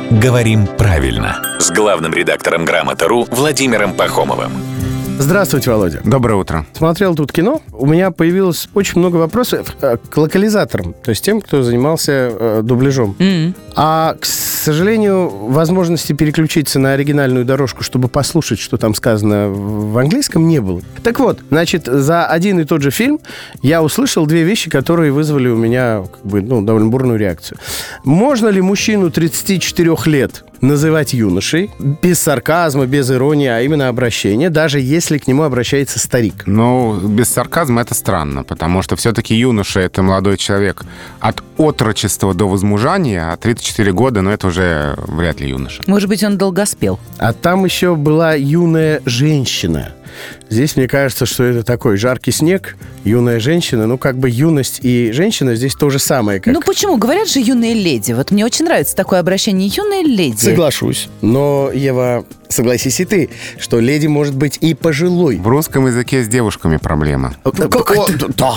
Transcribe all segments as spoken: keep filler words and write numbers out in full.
«Говорим правильно» с главным редактором «Грамота.ру» Владимиром Пахомовым. Здравствуйте, Володя. Доброе утро. Смотрел тут кино. У меня появилось очень много вопросов к локализаторам, то есть тем, кто занимался э, дубляжом. Mm-hmm. А, к сожалению, возможности переключиться на оригинальную дорожку, чтобы послушать, что там сказано в английском, не было. Так вот, значит, за один и тот же фильм я услышал две вещи, которые вызвали у меня как бы, ну, довольно бурную реакцию. Можно ли мужчину тридцати четырёх лет называть юношей без сарказма, без иронии, а именно обращения, даже если к нему обращается старик? Ну, без сарказма это странно, потому что все-таки юноша — это молодой человек от отрочества до возмужания, а тридцать четыре года, ну, это уже вряд ли юноша. Может быть, он долгоспел. А там еще была юная женщина. Здесь, мне кажется, что это такой жаркий снег, юная женщина. Ну, как бы юность и женщина здесь то же самое. Как... Ну, почему? Говорят же юные леди. Вот мне очень нравится такое обращение. Юная леди. Соглашусь. Но, Ева, согласись и ты, что леди может быть и пожилой. В русском языке с девушками проблема. Как это? Да.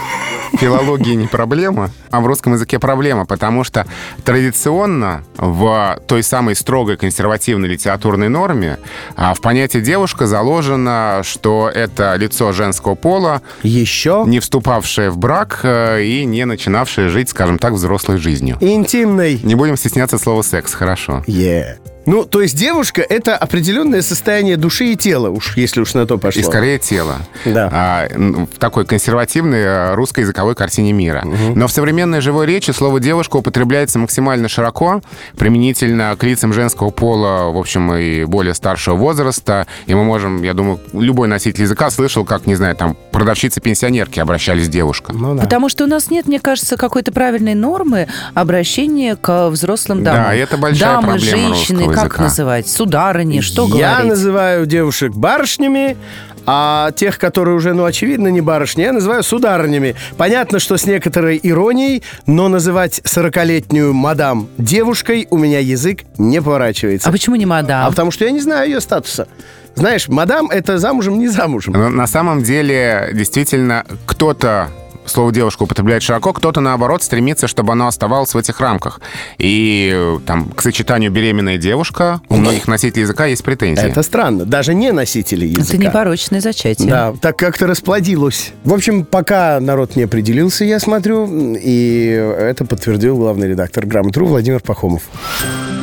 Филологии не проблема, а в русском языке проблема, потому что традиционно в той самой строгой консервативной литературной норме в понятие «девушка» заложено, что это лицо женского пола, еще не вступавшее в брак и не начинавшее жить, скажем так, взрослой жизнью. Интимной. Не будем стесняться слова «секс», хорошо. Yeah. Ну, то есть девушка — это определенное состояние души и тела, уж если уж на то пошло. И скорее тело. Да. А, в такой консервативной русскоязыковой картине мира. Угу. Но в современной живой речи слово «девушка» употребляется максимально широко, применительно к лицам женского пола, в общем, и более старшего возраста. И мы можем, я думаю, любой носитель языка слышал, как, не знаю, там, продавщицы-пенсионерки обращались девушка. Ну, да. Потому что у нас нет, мне кажется, какой-то правильной нормы обращения к взрослым дамам. Да, и это большая Дамы, проблема женщины, как языка. называть? Сударыни, что Я говорить? называю девушек барышнями, а тех, которые уже, ну, очевидно, не барышни, я называю сударынями. Понятно, что с некоторой иронией, но называть сорокалетнюю мадам девушкой у меня язык не поворачивается. А почему не мадам? А потому что я не знаю ее статуса. Знаешь, мадам — это замужем, не замужем. Но на самом деле, действительно, кто-то слово «девушка» употребляет широко, кто-то, наоборот, стремится, чтобы оно оставалось в этих рамках. И там к сочетанию «беременная девушка» у многих носителей языка есть претензии. Это странно. Даже не носители языка. Это непорочное зачатие. Да, так как-то расплодилось. В общем, пока народ не определился, я смотрю, и это подтвердил главный редактор «Грамота.ру» Владимир Пахомов.